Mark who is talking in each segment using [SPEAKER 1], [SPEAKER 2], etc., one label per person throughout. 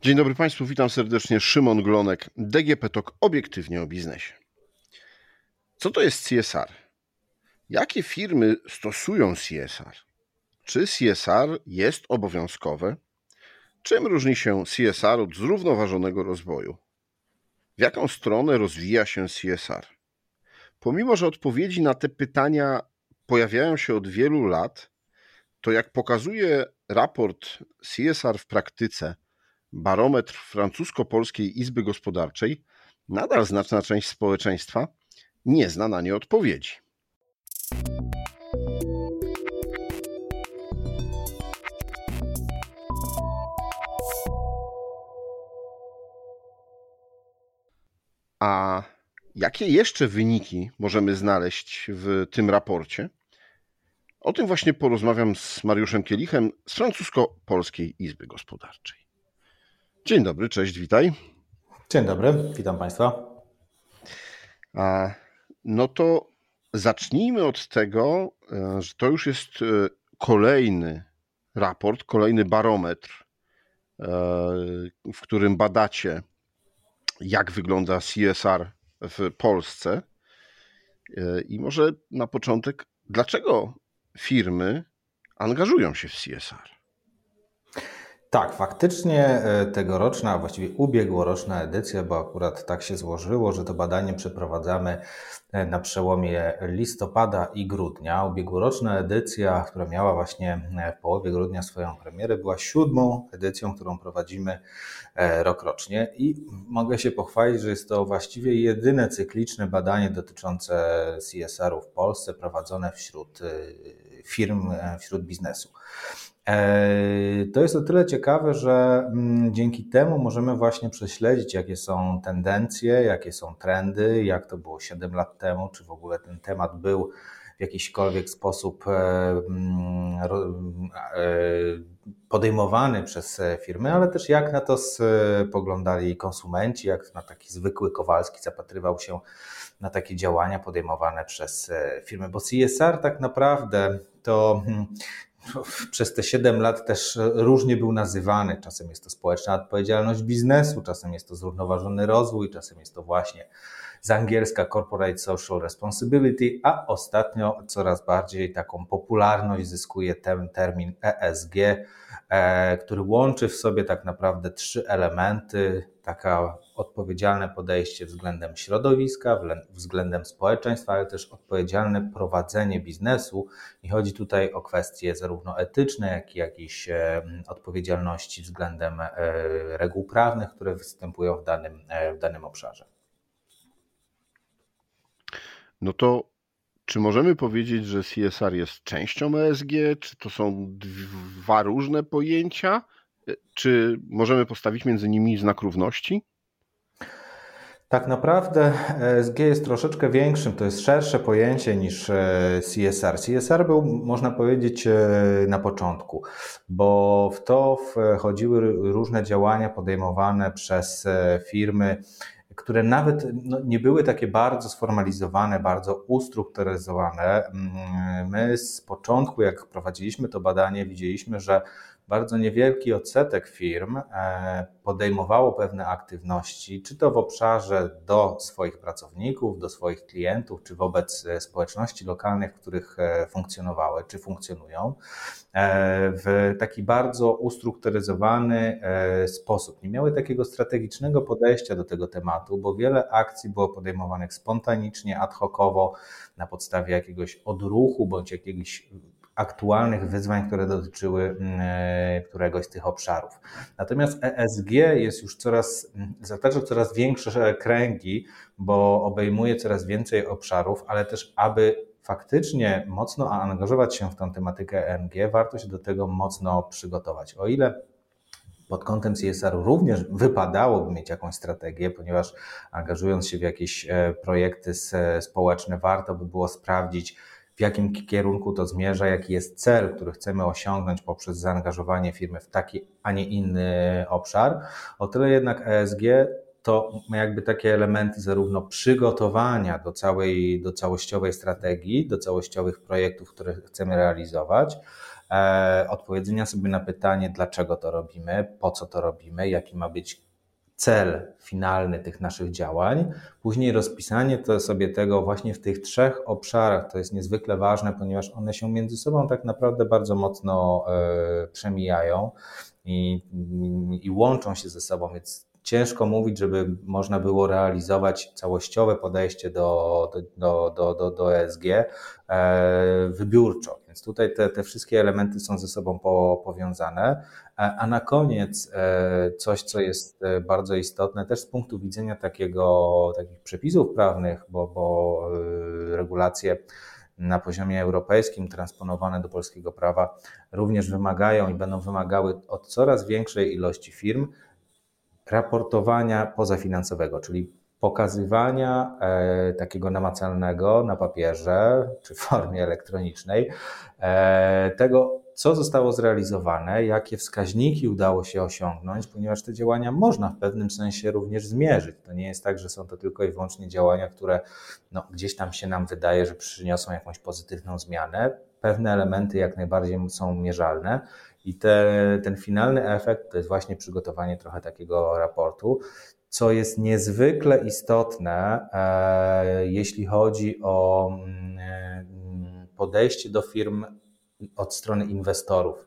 [SPEAKER 1] Dzień dobry Państwu, witam serdecznie. Szymon Glonek, DGP TOK, obiektywnie o biznesie. Co to jest CSR? Jakie firmy stosują CSR? Czy CSR jest obowiązkowe? Czym różni się CSR od zrównoważonego rozwoju? W jaką stronę rozwija się CSR? Pomimo że odpowiedzi na te pytania pojawiają się od wielu lat, to jak pokazuje raport CSR w praktyce, barometr francusko-polskiej Izby Gospodarczej, nadal znaczna część społeczeństwa nie zna na nie odpowiedzi. A jakie jeszcze wyniki możemy znaleźć w tym raporcie? O tym właśnie porozmawiam z Mariuszem Kielichem z francusko-polskiej Izby Gospodarczej. Dzień dobry, cześć, witaj.
[SPEAKER 2] Dzień dobry, witam Państwa.
[SPEAKER 1] No to zacznijmy od tego, że to już jest kolejny raport, kolejny barometr, w którym badacie, jak wygląda CSR w Polsce. I może na początek, dlaczego firmy angażują się w CSR?
[SPEAKER 2] Tak, faktycznie tegoroczna, a właściwie ubiegłoroczna edycja, bo akurat tak się złożyło, że to badanie przeprowadzamy na przełomie listopada i grudnia. Ubiegłoroczna edycja, która miała właśnie w połowie grudnia swoją premierę, była 7. edycją, którą prowadzimy rokrocznie i mogę się pochwalić, że jest to właściwie jedyne cykliczne badanie dotyczące CSR-u w Polsce prowadzone wśród firm, wśród biznesu. To jest o tyle ciekawe, że dzięki temu możemy właśnie prześledzić, jakie są tendencje, jakie są trendy, jak to było 7 lat temu, czy w ogóle ten temat był w jakiśkolwiek sposób podejmowany przez firmy, ale też jak na to spoglądali konsumenci, jak na taki zwykły Kowalski zapatrywał się na takie działania podejmowane przez firmy, bo CSR tak naprawdę to przez te 7 lat też różnie był nazywany. Czasem jest to społeczna odpowiedzialność biznesu, czasem jest to zrównoważony rozwój, czasem jest to właśnie z angielska Corporate Social Responsibility, a ostatnio coraz bardziej taką popularność zyskuje ten termin ESG, który łączy w sobie tak naprawdę 3 elementy. Taka odpowiedzialne podejście względem środowiska, względem społeczeństwa, ale też odpowiedzialne prowadzenie biznesu. I chodzi tutaj o kwestie zarówno etyczne, jak i jakiejś odpowiedzialności względem reguł prawnych, które występują w danym obszarze.
[SPEAKER 1] No to czy możemy powiedzieć, że CSR jest częścią ESG? Czy to są 2 różne pojęcia? Czy możemy postawić między nimi znak równości?
[SPEAKER 2] Tak naprawdę ESG jest troszeczkę większym, to jest szersze pojęcie niż CSR. CSR był, można powiedzieć, na początku, bo w to wchodziły różne działania podejmowane przez firmy, które nawet nie były takie bardzo sformalizowane, bardzo ustrukturyzowane. My z początku, jak prowadziliśmy to badanie, widzieliśmy, że bardzo niewielki odsetek firm podejmowało pewne aktywności, czy to w obszarze do swoich pracowników, do swoich klientów, czy wobec społeczności lokalnych, w których funkcjonowały, czy funkcjonują, w taki bardzo ustrukturyzowany sposób. Nie miały takiego strategicznego podejścia do tego tematu, bo wiele akcji było podejmowanych spontanicznie, ad hocowo, na podstawie jakiegoś odruchu, bądź jakiegoś aktualnych wyzwań, które dotyczyły któregoś z tych obszarów. Natomiast ESG jest już zatacza coraz większe kręgi, bo obejmuje coraz więcej obszarów, ale też aby faktycznie mocno angażować się w tę tematykę ESG, warto się do tego mocno przygotować. O ile pod kątem CSR również wypadałoby mieć jakąś strategię, ponieważ angażując się w jakieś projekty społeczne, warto by było sprawdzić, w jakim kierunku to zmierza, jaki jest cel, który chcemy osiągnąć poprzez zaangażowanie firmy w taki, a nie inny obszar. O tyle jednak ESG to ma jakby takie elementy zarówno przygotowania do całościowej strategii, do całościowych projektów, które chcemy realizować, odpowiedzenia sobie na pytanie, dlaczego to robimy, po co to robimy, jaki ma być cel finalny tych naszych działań, później rozpisanie to sobie tego właśnie w tych 3 obszarach. To jest niezwykle ważne, ponieważ one się między sobą tak naprawdę bardzo mocno przemijają i łączą się ze sobą, więc ciężko mówić, żeby można było realizować całościowe podejście do ESG wybiórczo. Więc tutaj te wszystkie elementy są ze sobą powiązane. A na koniec coś, co jest bardzo istotne też z punktu widzenia takich przepisów prawnych, bo regulacje na poziomie europejskim transponowane do polskiego prawa również wymagają i będą wymagały od coraz większej ilości firm raportowania pozafinansowego, czyli pokazywania takiego namacalnego na papierze czy w formie elektronicznej tego, co zostało zrealizowane, jakie wskaźniki udało się osiągnąć, ponieważ te działania można w pewnym sensie również zmierzyć. To nie jest tak, że są to tylko i wyłącznie działania, które gdzieś tam się nam wydaje, że przyniosą jakąś pozytywną zmianę. Pewne elementy jak najbardziej są mierzalne i ten finalny efekt to jest właśnie przygotowanie trochę takiego raportu, co jest niezwykle istotne, jeśli chodzi o podejście do firm od strony inwestorów.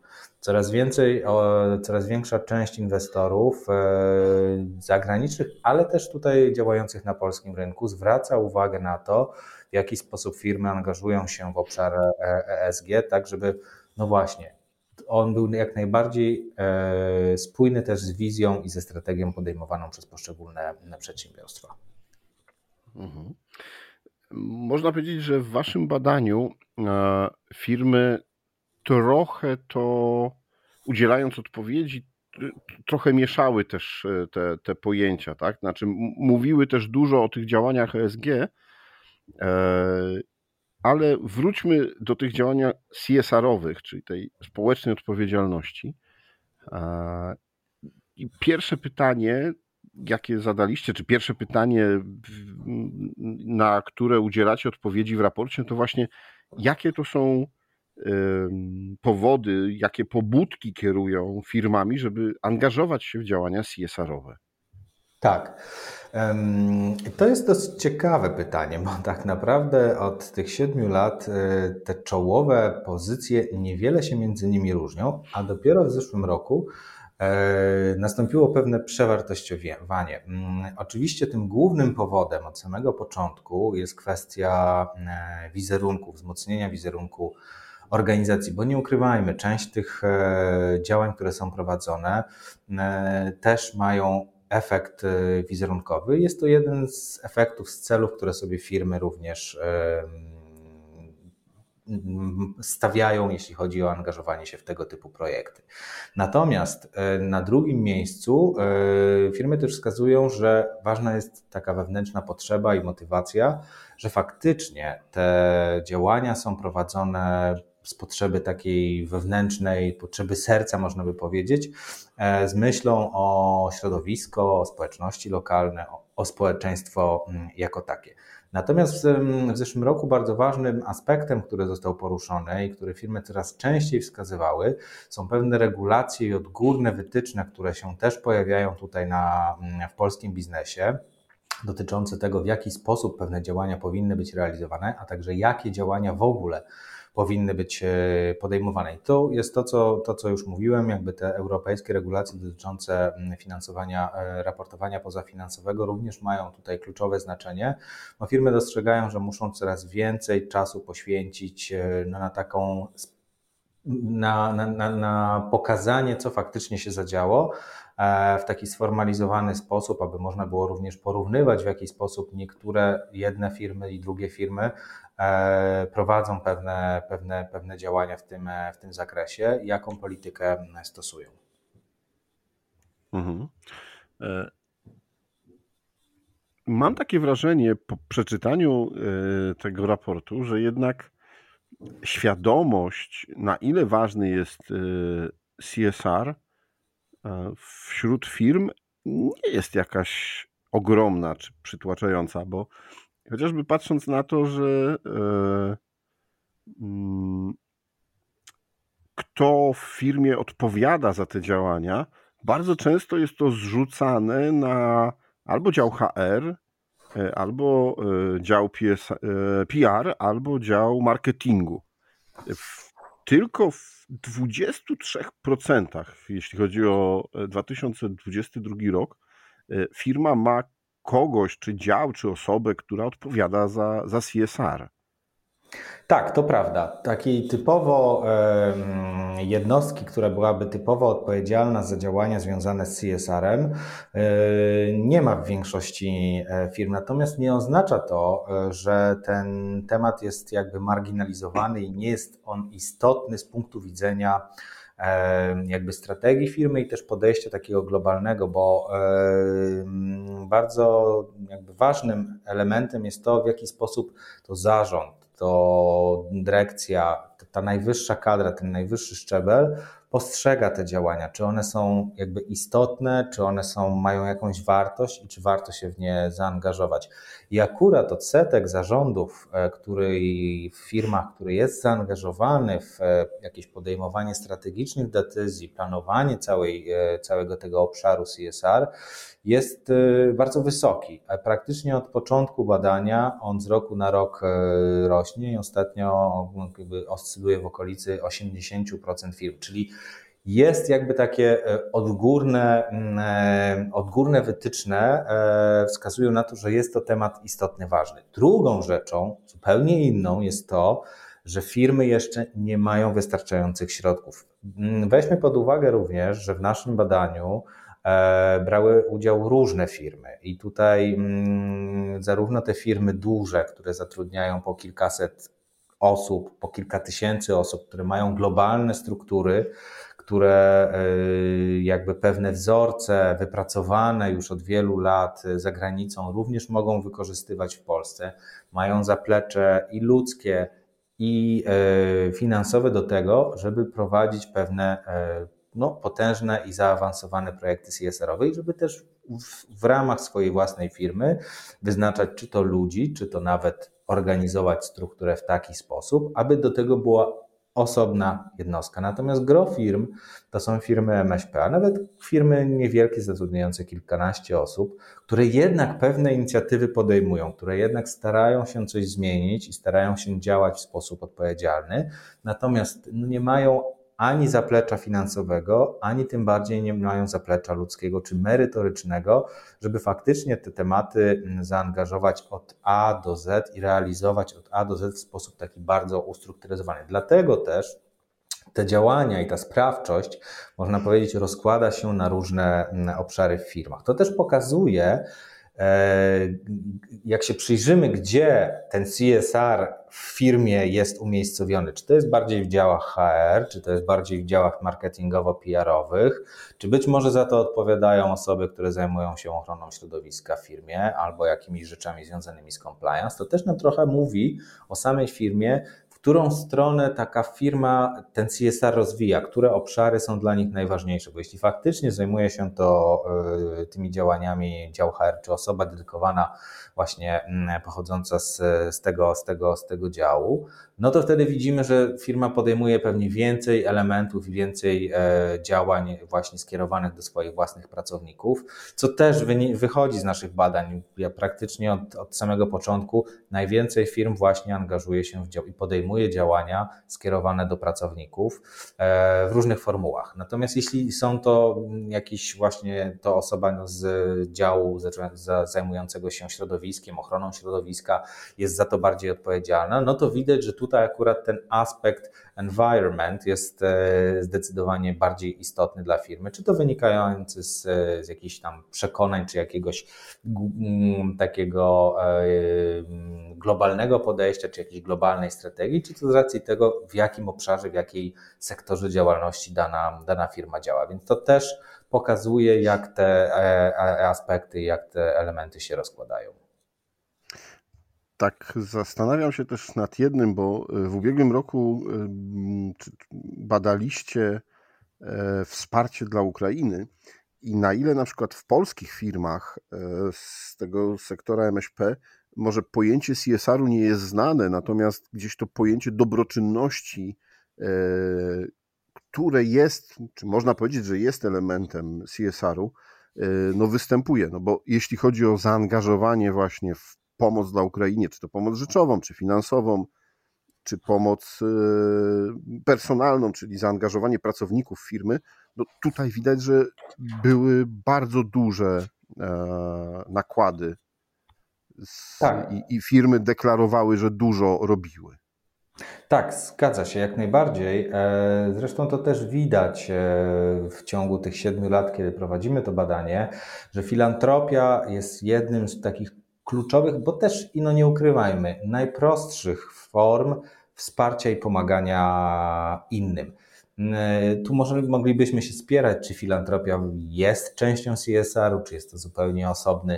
[SPEAKER 2] Coraz większa część inwestorów zagranicznych, ale też tutaj działających na polskim rynku zwraca uwagę na to, w jaki sposób firmy angażują się w obszar ESG, tak żeby, właśnie, on był jak najbardziej spójny też z wizją i ze strategią podejmowaną przez poszczególne przedsiębiorstwa.
[SPEAKER 1] Mhm. Można powiedzieć, że w waszym badaniu firmy trochę to, udzielając odpowiedzi, trochę mieszały też te pojęcia, tak? Znaczy mówiły też dużo o tych działaniach ESG, ale wróćmy do tych działań CSR-owych, czyli tej społecznej odpowiedzialności. I pierwsze pytanie, jakie zadaliście, czy pierwsze pytanie, na które udzielacie odpowiedzi w raporcie, to właśnie jakie to są powody, jakie pobudki kierują firmami, żeby angażować się w działania CSR-owe?
[SPEAKER 2] Tak. To jest dosyć ciekawe pytanie, bo tak naprawdę od tych 7 lat te czołowe pozycje niewiele się między nimi różnią, a dopiero w zeszłym roku nastąpiło pewne przewartościowanie. Oczywiście tym głównym powodem od samego początku jest kwestia wizerunku, wzmocnienia wizerunku organizacji, bo nie ukrywajmy, część tych działań, które są prowadzone, też mają efekt wizerunkowy. Jest to jeden z efektów, z celów, które sobie firmy również stawiają, jeśli chodzi o angażowanie się w tego typu projekty. Natomiast na drugim miejscu firmy też wskazują, że ważna jest taka wewnętrzna potrzeba i motywacja, że faktycznie te działania są prowadzone z potrzeby takiej wewnętrznej, potrzeby serca, można by powiedzieć, z myślą o środowisko, o społeczności lokalne, o społeczeństwo jako takie. Natomiast w zeszłym roku bardzo ważnym aspektem, który został poruszony i który firmy coraz częściej wskazywały, są pewne regulacje i odgórne wytyczne, które się też pojawiają tutaj w polskim biznesie, dotyczące tego, w jaki sposób pewne działania powinny być realizowane, a także jakie działania w ogóle powinny być podejmowane. I to jest to, co już mówiłem, jakby te europejskie regulacje dotyczące finansowania, raportowania pozafinansowego również mają tutaj kluczowe znaczenie, bo firmy dostrzegają, że muszą coraz więcej czasu poświęcić na pokazanie, co faktycznie się zadziało w taki sformalizowany sposób, aby można było również porównywać, w jaki sposób jedne firmy i drugie firmy prowadzą pewne działania w tym zakresie i jaką politykę stosują.
[SPEAKER 1] Mhm. Mam takie wrażenie po przeczytaniu tego raportu, że jednak świadomość, na ile ważny jest CSR wśród firm, nie jest jakaś ogromna czy przytłaczająca, bo chociażby patrząc na to, że kto w firmie odpowiada za te działania, bardzo często jest to zrzucane na albo dział HR, albo dział PR, albo dział marketingu. Tylko w 23%, jeśli chodzi o 2022 rok, firma ma kogoś, czy dział, czy osobę, która odpowiada za CSR.
[SPEAKER 2] Tak, to prawda. Takiej typowo jednostki, która byłaby typowo odpowiedzialna za działania związane z CSR-em, nie ma w większości firm. Natomiast nie oznacza to, że ten temat jest jakby marginalizowany i nie jest on istotny z punktu widzenia jakby strategii firmy i też podejścia takiego globalnego, bo bardzo jakby ważnym elementem jest to, w jaki sposób to zarząd, to dyrekcja, ta najwyższa kadra, ten najwyższy szczebel postrzega te działania, czy one są jakby istotne, czy one mają jakąś wartość i czy warto się w nie zaangażować. I akurat odsetek zarządów, który w firmach, który jest zaangażowany w jakieś podejmowanie strategicznych decyzji, planowanie całego tego obszaru CSR, jest bardzo wysoki. Praktycznie od początku badania on z roku na rok rośnie i ostatnio jakby oscyluje w okolicy 80% firm, czyli jest jakby takie odgórne wytyczne wskazują na to, że jest to temat istotny, ważny. Drugą rzeczą, zupełnie inną jest to, że firmy jeszcze nie mają wystarczających środków. Weźmy pod uwagę również, że w naszym badaniu brały udział różne firmy i tutaj zarówno te firmy duże, które zatrudniają po kilkaset osób, po kilka tysięcy osób, które mają globalne struktury, które jakby pewne wzorce wypracowane już od wielu lat za granicą również mogą wykorzystywać w Polsce, mają zaplecze i ludzkie, i finansowe do tego, żeby prowadzić pewne potężne i zaawansowane projekty CSR-owe i żeby też w ramach swojej własnej firmy wyznaczać czy to ludzi, czy to nawet organizować strukturę w taki sposób, aby do tego była osobna jednostka. Natomiast gros firm to są firmy MŚP, a nawet firmy niewielkie zatrudniające kilkanaście osób, które jednak pewne inicjatywy podejmują, które jednak starają się coś zmienić i starają się działać w sposób odpowiedzialny, natomiast nie mają ani zaplecza finansowego, ani tym bardziej nie mają zaplecza ludzkiego czy merytorycznego, żeby faktycznie te tematy zaangażować od A do Z i realizować od A do Z w sposób taki bardzo ustrukturyzowany. Dlatego też te działania i ta sprawczość, można powiedzieć, rozkłada się na różne obszary w firmach. To też pokazuje, jak się przyjrzymy, gdzie ten CSR w firmie jest umiejscowiony, czy to jest bardziej w działach HR, czy to jest bardziej w działach marketingowo-PR-owych, czy być może za to odpowiadają osoby, które zajmują się ochroną środowiska w firmie albo jakimiś rzeczami związanymi z compliance, to też nam trochę mówi o samej firmie, w którą stronę taka firma ten CSR rozwija, które obszary są dla nich najważniejsze, bo jeśli faktycznie zajmuje się to tymi działaniami dział HR, czy osoba dedykowana właśnie pochodząca z tego działu, no to wtedy widzimy, że firma podejmuje pewnie więcej elementów i więcej działań właśnie skierowanych do swoich własnych pracowników, co też wychodzi z naszych badań. Ja praktycznie od samego początku najwięcej firm właśnie angażuje się i podejmuje działania skierowane do pracowników w różnych formułach. Natomiast jeśli są to jakieś właśnie to osoba z działu zajmującego się środowiskiem, ochroną środowiska jest za to bardziej odpowiedzialna, no to widać, że tutaj akurat ten aspekt environment jest zdecydowanie bardziej istotny dla firmy, czy to wynikający z jakichś tam przekonań, czy jakiegoś takiego globalnego podejścia, czy jakiejś globalnej strategii, czy to z racji tego, w jakim obszarze, w jakiej sektorze działalności dana firma działa. Więc to też pokazuje, jak te aspekty, jak te elementy się rozkładają.
[SPEAKER 1] Tak, zastanawiam się też nad jednym, bo w ubiegłym roku badaliście wsparcie dla Ukrainy i na ile na przykład w polskich firmach z tego sektora MŚP może pojęcie CSR-u nie jest znane, natomiast gdzieś to pojęcie dobroczynności które jest, czy można powiedzieć, że jest elementem CSR-u, no występuje. No bo jeśli chodzi o zaangażowanie właśnie w pomoc dla Ukrainie, czy to pomoc rzeczową, czy finansową, czy pomoc personalną, czyli zaangażowanie pracowników firmy, no tutaj widać, że były bardzo duże nakłady
[SPEAKER 2] Tak.
[SPEAKER 1] i firmy deklarowały, że dużo robiły.
[SPEAKER 2] Tak, zgadza się, jak najbardziej. Zresztą to też widać w ciągu tych 7 lat, kiedy prowadzimy to badanie, że filantropia jest jednym z takich kluczowych, bo też, no nie ukrywajmy, najprostszych form wsparcia i pomagania innym. Tu może moglibyśmy się spierać, czy filantropia jest częścią CSR-u, czy jest to zupełnie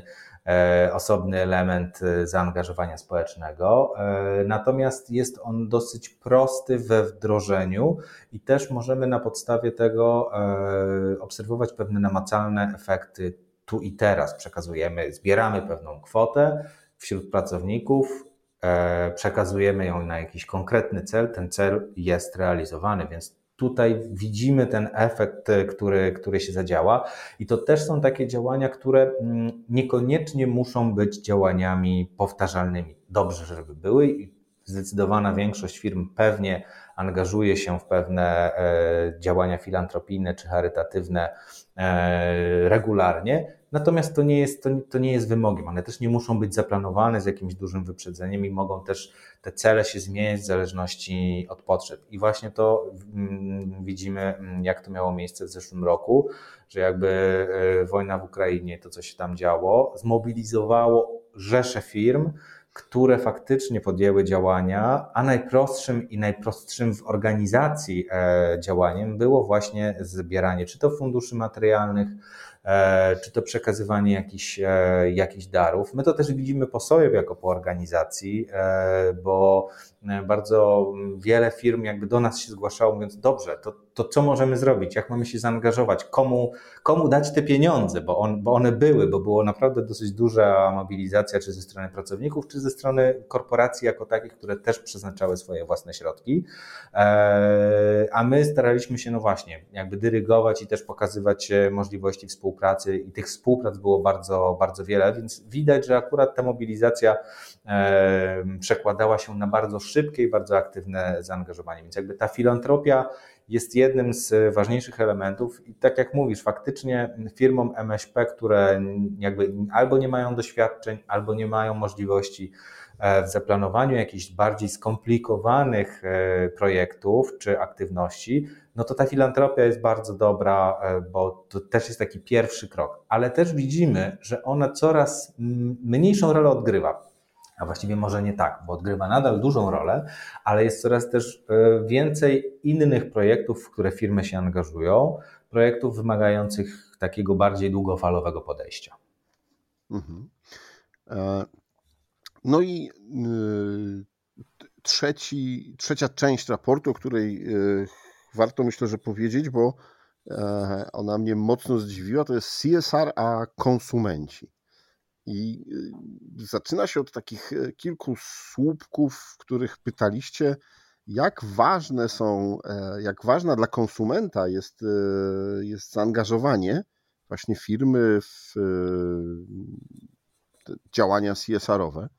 [SPEAKER 2] osobny element zaangażowania społecznego. Natomiast jest on dosyć prosty we wdrożeniu i też możemy na podstawie tego obserwować pewne namacalne efekty tu i teraz. Zbieramy pewną kwotę wśród pracowników, przekazujemy ją na jakiś konkretny cel, ten cel jest realizowany, więc tutaj widzimy ten efekt, który się zadziała i to też są takie działania, które niekoniecznie muszą być działaniami powtarzalnymi. Dobrze, żeby były i zdecydowana większość firm pewnie angażuje się w pewne działania filantropijne czy charytatywne regularnie, natomiast to nie jest wymogiem. One też nie muszą być zaplanowane z jakimś dużym wyprzedzeniem i mogą też te cele się zmieniać w zależności od potrzeb. I właśnie to widzimy, jak to miało miejsce w zeszłym roku, że jakby wojna w Ukrainie, to co się tam działo, zmobilizowało rzesze firm, które faktycznie podjęły działania, a najprostszym w organizacji działaniem było właśnie zbieranie czy to funduszy materialnych, czy to przekazywanie jakichś darów. My to też widzimy po sobie jako po organizacji, bo bardzo wiele firm jakby do nas się zgłaszało, mówiąc, dobrze, to co możemy zrobić, jak mamy się zaangażować, komu dać te pieniądze, bo one były, bo było naprawdę dosyć duża mobilizacja, czy ze strony pracowników, czy ze strony korporacji jako takich, które też przeznaczały swoje własne środki, a my staraliśmy się, no właśnie, jakby dyrygować i też pokazywać możliwości współpracy i tych współprac było bardzo, bardzo wiele, więc widać, że akurat ta mobilizacja przekładała się na bardzo szybkie i bardzo aktywne zaangażowanie, więc jakby ta filantropia jest jednym z ważniejszych elementów i tak jak mówisz, faktycznie firmom MŚP, które jakby albo nie mają doświadczeń, albo nie mają możliwości w zaplanowaniu jakichś bardziej skomplikowanych projektów czy aktywności, no to ta filantropia jest bardzo dobra, bo to też jest taki pierwszy krok, ale też widzimy, że ona coraz mniejszą rolę odgrywa. A właściwie może nie tak, bo odgrywa nadal dużą rolę, ale jest coraz też więcej innych projektów, w które firmy się angażują, projektów wymagających takiego bardziej długofalowego podejścia.
[SPEAKER 1] Mhm. No i trzecia część raportu, o której warto myślę, że powiedzieć, bo ona mnie mocno zdziwiła, to jest CSR a konsumenci. I zaczyna się od takich kilku słupków, w których pytaliście, jak ważna dla konsumenta jest zaangażowanie właśnie firmy w działania CSR-owe.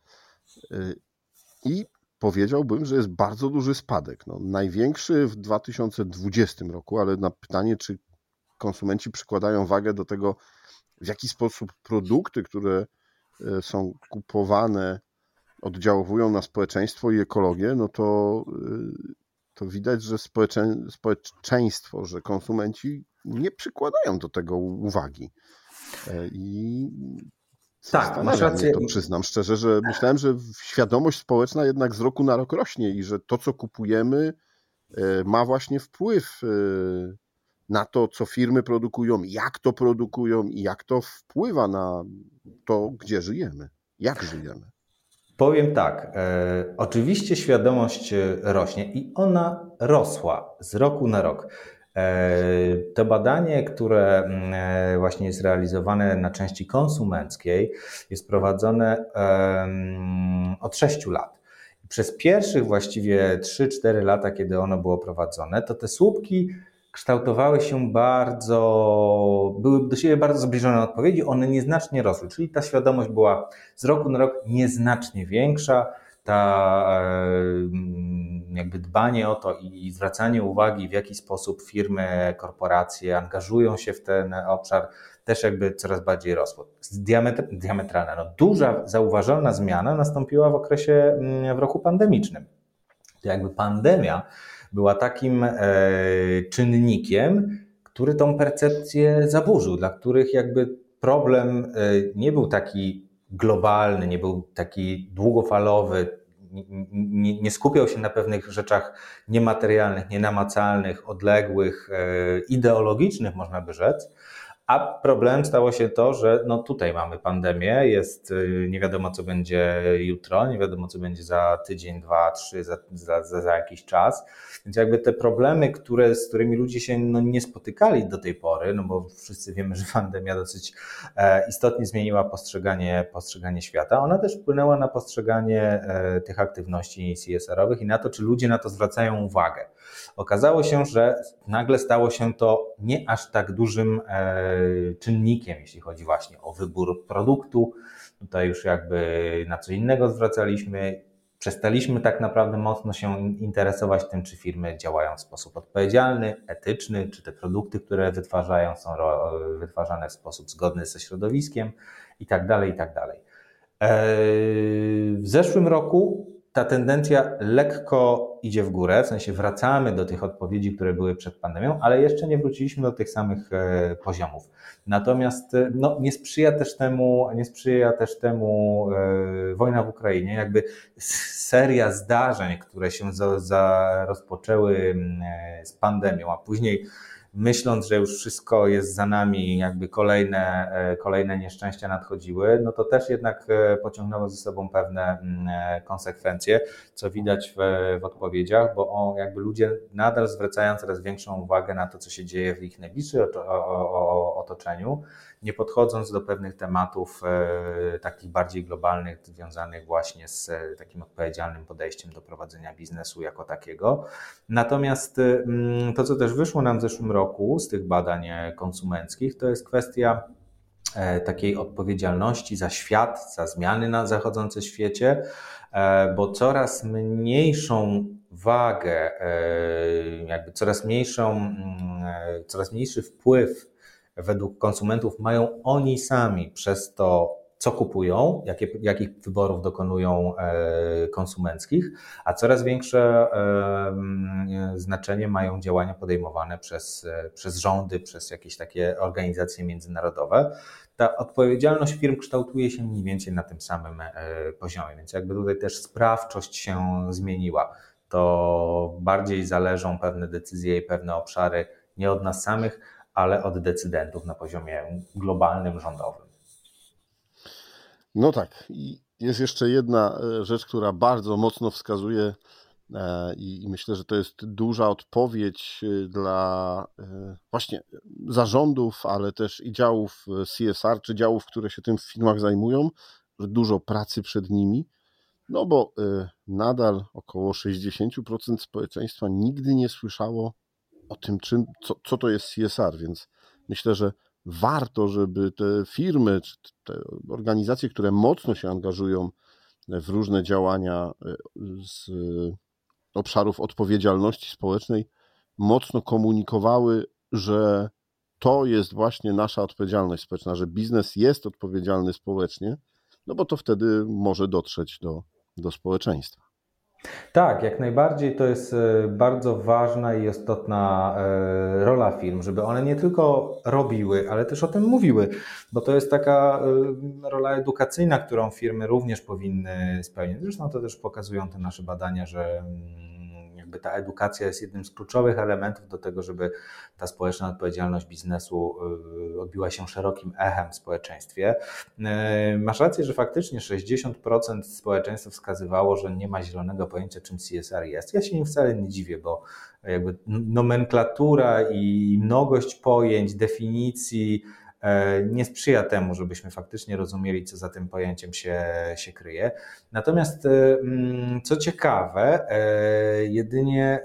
[SPEAKER 1] I powiedziałbym, że jest bardzo duży spadek. No, największy w 2020 roku, ale na pytanie, czy konsumenci przykładają wagę do tego, w jaki sposób produkty, które są kupowane, oddziałują na społeczeństwo i ekologię, no to widać, że społeczeństwo, że konsumenci nie przykładają do tego uwagi. I
[SPEAKER 2] tak, masz rację.
[SPEAKER 1] To przyznam szczerze, że myślałem, że świadomość społeczna jednak z roku na rok rośnie i że to, co kupujemy, ma właśnie wpływ na to, co firmy produkują, jak to produkują i jak to wpływa na to, gdzie żyjemy, jak żyjemy.
[SPEAKER 2] Powiem tak, oczywiście świadomość rośnie i ona rosła z roku na rok. To badanie, które właśnie jest realizowane na części konsumenckiej, jest prowadzone od 6 lat. Przez pierwszych właściwie 3-4 lata, kiedy ono było prowadzone, to te słupki kształtowały się były do siebie bardzo zbliżone odpowiedzi, one nieznacznie rosły, czyli ta świadomość była z roku na rok nieznacznie większa, jakby dbanie o to i zwracanie uwagi, w jaki sposób firmy, korporacje angażują się w ten obszar, też jakby coraz bardziej rosło. Diametralna, duża, zauważalna zmiana nastąpiła w roku pandemicznym. To jakby pandemia była takim czynnikiem, który tą percepcję zaburzył, dla których jakby problem nie był taki globalny, nie był taki długofalowy, nie skupiał się na pewnych rzeczach niematerialnych, nienamacalnych, odległych, ideologicznych, można by rzec. A problemem stało się to, że tutaj mamy pandemię, nie wiadomo co będzie jutro, nie wiadomo co będzie za tydzień, 2, 3, za jakiś czas. Więc jakby te problemy, z którymi ludzie się nie spotykali do tej pory, bo wszyscy wiemy, że pandemia dosyć istotnie zmieniła postrzeganie świata, ona też wpłynęła na postrzeganie tych aktywności CSR-owych i na to, czy ludzie na to zwracają uwagę. Okazało się, że nagle stało się to nie aż tak dużym czynnikiem, jeśli chodzi właśnie o wybór produktu. Tutaj już jakby na co innego zwracaliśmy. Przestaliśmy tak naprawdę mocno się interesować tym, czy firmy działają w sposób odpowiedzialny, etyczny, czy te produkty, które wytwarzają, są wytwarzane w sposób zgodny ze środowiskiem i tak dalej, i tak dalej. W zeszłym roku ta tendencja lekko idzie w górę, w sensie wracamy do tych odpowiedzi, które były przed pandemią, ale jeszcze nie wróciliśmy do tych samych poziomów. Natomiast nie sprzyja też temu wojna w Ukrainie, jakby seria zdarzeń, które się rozpoczęły z pandemią, a później myśląc, że już wszystko jest za nami, jakby kolejne nieszczęścia nadchodziły, to też jednak pociągnęło ze sobą pewne konsekwencje, co widać w odpowiedziach, bo jakby ludzie nadal zwracają coraz większą uwagę na to, co się dzieje w ich najbliższym otoczeniu, nie podchodząc do pewnych tematów takich bardziej globalnych, związanych właśnie z takim odpowiedzialnym podejściem do prowadzenia biznesu jako takiego. Natomiast to, co też wyszło nam w zeszłym roku z tych badań konsumenckich, to jest kwestia takiej odpowiedzialności za świat, za zmiany zachodzące w świecie, bo coraz mniejszą wagę, jakby coraz mniejszy wpływ według konsumentów mają oni sami przez to, co kupują, jakich wyborów dokonują konsumenckich, a coraz większe znaczenie mają działania podejmowane przez rządy, przez jakieś takie organizacje międzynarodowe. Ta odpowiedzialność firm kształtuje się mniej więcej na tym samym poziomie, więc jakby tutaj też sprawczość się zmieniła. To bardziej zależą pewne decyzje i pewne obszary nie od nas samych, ale od decydentów na poziomie globalnym, rządowym.
[SPEAKER 1] No tak. I jest jeszcze jedna rzecz, która bardzo mocno wskazuje i myślę, że to jest duża odpowiedź dla właśnie zarządów, ale też i działów CSR, czy działów, które się tym w firmach zajmują, że dużo pracy przed nimi, bo nadal około 60% społeczeństwa nigdy nie słyszało o tym, co to jest CSR, więc myślę, że warto, żeby te firmy, czy te organizacje, które mocno się angażują w różne działania z obszarów odpowiedzialności społecznej, mocno komunikowały, że to jest właśnie nasza odpowiedzialność społeczna, że biznes jest odpowiedzialny społecznie, bo to wtedy może dotrzeć do społeczeństwa.
[SPEAKER 2] Tak, jak najbardziej to jest bardzo ważna i istotna rola firm, żeby one nie tylko robiły, ale też o tym mówiły, bo to jest taka rola edukacyjna, którą firmy również powinny spełniać. Zresztą to też pokazują te nasze badania, że jakby ta edukacja jest jednym z kluczowych elementów do tego, żeby ta społeczna odpowiedzialność biznesu odbiła się szerokim echem w społeczeństwie. Masz rację, że faktycznie 60% społeczeństwa wskazywało, że nie ma zielonego pojęcia, czym CSR jest. Ja się im wcale nie dziwię, bo jakby nomenklatura i mnogość pojęć, definicji nie sprzyja temu, żebyśmy faktycznie rozumieli, co za tym pojęciem się kryje. Natomiast co ciekawe, jedynie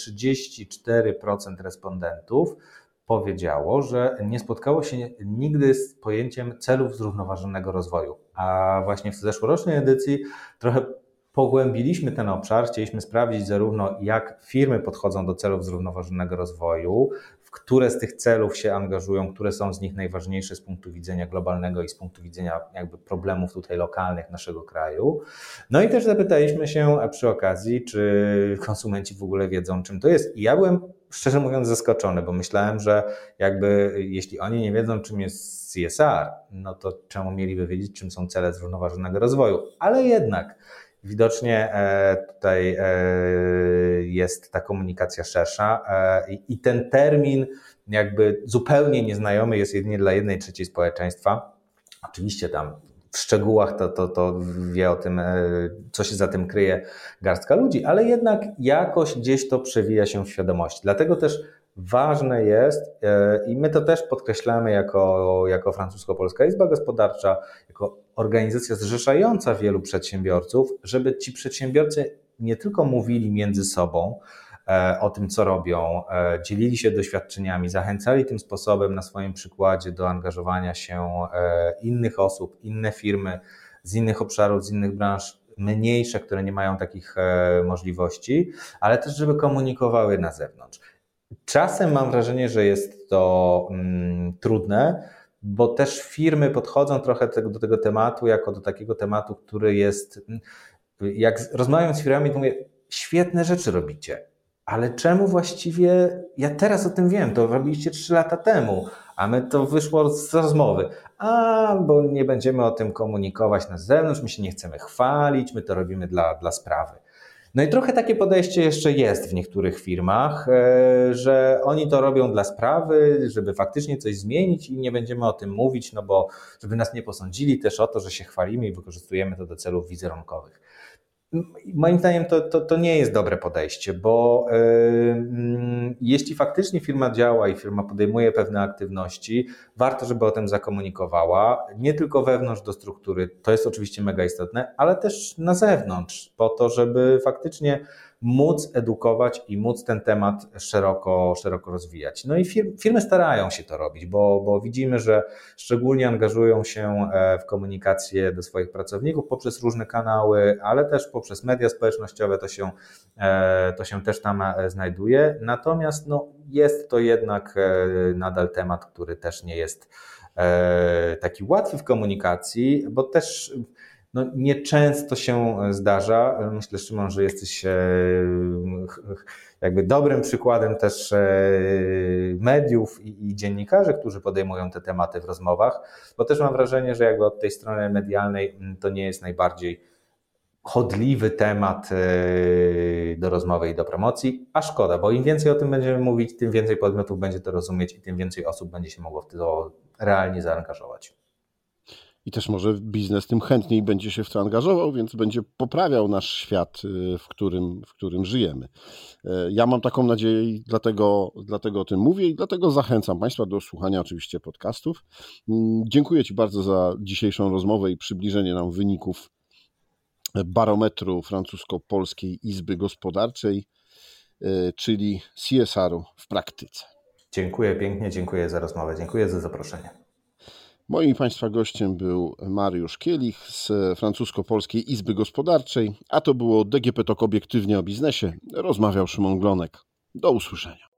[SPEAKER 2] 34% respondentów powiedziało, że nie spotkało się nigdy z pojęciem celów zrównoważonego rozwoju. A właśnie w zeszłorocznej edycji trochę pogłębiliśmy ten obszar, chcieliśmy sprawdzić zarówno jak firmy podchodzą do celów zrównoważonego rozwoju, w które z tych celów się angażują, które są z nich najważniejsze z punktu widzenia globalnego i z punktu widzenia jakby problemów tutaj lokalnych naszego kraju. No i też zapytaliśmy się przy okazji, czy konsumenci w ogóle wiedzą, czym to jest. I ja byłem szczerze mówiąc zaskoczony, bo myślałem, że jakby jeśli oni nie wiedzą, czym jest CSR, no to czemu mieliby wiedzieć, czym są cele zrównoważonego rozwoju. Ale jednak widocznie tutaj jest ta komunikacja szersza i ten termin jakby zupełnie nieznajomy jest jedynie dla 1/3 społeczeństwa. Oczywiście tam w szczegółach to wie o tym, co się za tym kryje garstka ludzi, ale jednak jakoś gdzieś to przewija się w świadomości. Dlatego też ważne jest, i my to też podkreślamy jako Francusko-Polska Izba Gospodarcza, jako organizacja zrzeszająca wielu przedsiębiorców, żeby ci przedsiębiorcy nie tylko mówili między sobą o tym, co robią, dzielili się doświadczeniami, zachęcali tym sposobem na swoim przykładzie do angażowania się innych osób, inne firmy z innych obszarów, z innych branż, mniejsze, które nie mają takich możliwości, ale też żeby komunikowały na zewnątrz. Czasem mam wrażenie, że jest to trudne, bo też firmy podchodzą trochę do tego tematu jako do takiego tematu, który jest, jak rozmawiam z firmami, to mówię, świetne rzeczy robicie, ale czemu właściwie, ja teraz o tym wiem, to robiliście 3 lata temu, a my to wyszło z rozmowy, bo nie będziemy o tym komunikować na zewnątrz, my się nie chcemy chwalić, my to robimy dla sprawy. No i trochę takie podejście jeszcze jest w niektórych firmach, że oni to robią dla sprawy, żeby faktycznie coś zmienić i nie będziemy o tym mówić, no bo żeby nas nie posądzili też o to, że się chwalimy i wykorzystujemy to do celów wizerunkowych. Moim zdaniem to nie jest dobre podejście, bo jeśli faktycznie firma działa i firma podejmuje pewne aktywności, warto, żeby o tym zakomunikowała, nie tylko wewnątrz do struktury, to jest oczywiście mega istotne, ale też na zewnątrz, po to, żeby faktycznie móc edukować i móc ten temat szeroko rozwijać. No i firmy starają się to robić, bo widzimy, że szczególnie angażują się w komunikację do swoich pracowników poprzez różne kanały, ale też poprzez media społecznościowe to się też tam znajduje. Natomiast jest to jednak nadal temat, który też nie jest taki łatwy w komunikacji, bo też nieczęsto się zdarza. Myślę, Szymon, że jesteś jakby dobrym przykładem też mediów i dziennikarzy, którzy podejmują te tematy w rozmowach, bo też mam wrażenie, że jakby od tej strony medialnej to nie jest najbardziej chodliwy temat do rozmowy i do promocji, a szkoda, bo im więcej o tym będziemy mówić, tym więcej podmiotów będzie to rozumieć i tym więcej osób będzie się mogło w to realnie zaangażować.
[SPEAKER 1] I też może biznes tym chętniej będzie się w to angażował, więc będzie poprawiał nasz świat, w którym żyjemy. Ja mam taką nadzieję i dlatego o tym mówię i dlatego zachęcam Państwa do słuchania oczywiście podcastów. Dziękuję Ci bardzo za dzisiejszą rozmowę i przybliżenie nam wyników barometru Francusko-Polskiej Izby Gospodarczej, czyli CSR-u w praktyce.
[SPEAKER 2] Dziękuję pięknie, dziękuję za rozmowę, dziękuję za zaproszenie.
[SPEAKER 1] Moim Państwa gościem był Mariusz Kielich z Francusko-Polskiej Izby Gospodarczej, a to było DGP Talk obiektywnie o biznesie. Rozmawiał Szymon Glonek. Do usłyszenia.